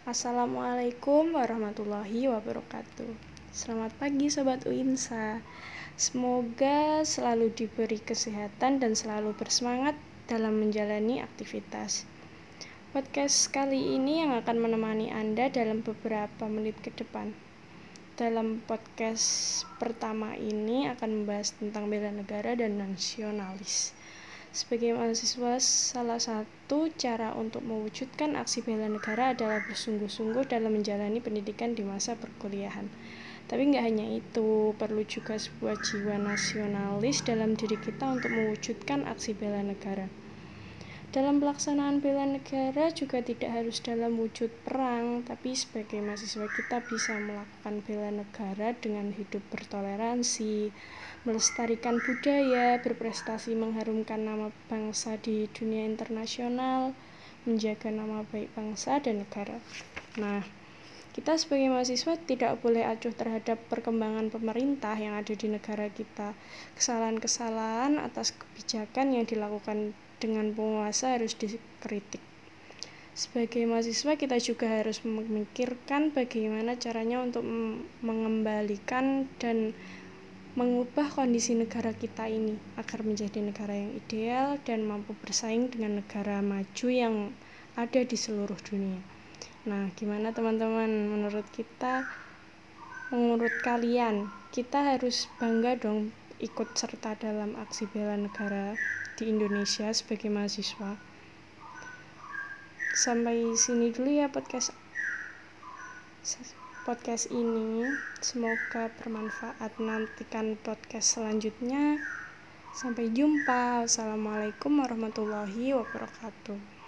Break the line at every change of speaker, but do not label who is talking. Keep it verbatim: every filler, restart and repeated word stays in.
Assalamualaikum warahmatullahi wabarakatuh. Selamat pagi Sobat Uinsa. Semoga selalu diberi kesehatan dan selalu bersemangat dalam menjalani aktivitas. Podcast kali ini yang akan menemani Anda dalam beberapa menit ke depan. Dalam podcast pertama ini akan membahas tentang bela negara dan nasionalis. Sebagai mahasiswa, salah satu cara untuk mewujudkan aksi bela negara adalah bersungguh-sungguh dalam menjalani pendidikan di masa perkuliahan. Tapi nggak hanya itu, perlu juga sebuah jiwa nasionalis dalam diri kita untuk mewujudkan aksi bela negara. Dalam pelaksanaan bela negara juga tidak harus dalam wujud perang, tapi sebagai mahasiswa kita bisa melakukan bela negara dengan hidup bertoleransi, melestarikan budaya, berprestasi mengharumkan nama bangsa di dunia internasional, menjaga nama baik bangsa dan negara. Nah, kita sebagai mahasiswa tidak boleh acuh terhadap perkembangan pemerintah yang ada di negara kita. Kesalahan-kesalahan atas kebijakan yang dilakukan dengan penguasa harus dikritik. Sebagai mahasiswa kita juga harus memikirkan bagaimana caranya untuk mengembalikan dan mengubah kondisi negara kita ini agar menjadi negara yang ideal dan mampu bersaing dengan negara maju yang ada di seluruh dunia. Nah, gimana teman-teman? Menurut kita, menurut kalian, kita harus bangga dong ikut serta dalam aksi bela negara di Indonesia sebagai mahasiswa. Sampai sini dulu ya podcast podcast ini. Semoga bermanfaat. Nantikan podcast selanjutnya. Sampai jumpa. Wassalamualaikum warahmatullahi wabarakatuh.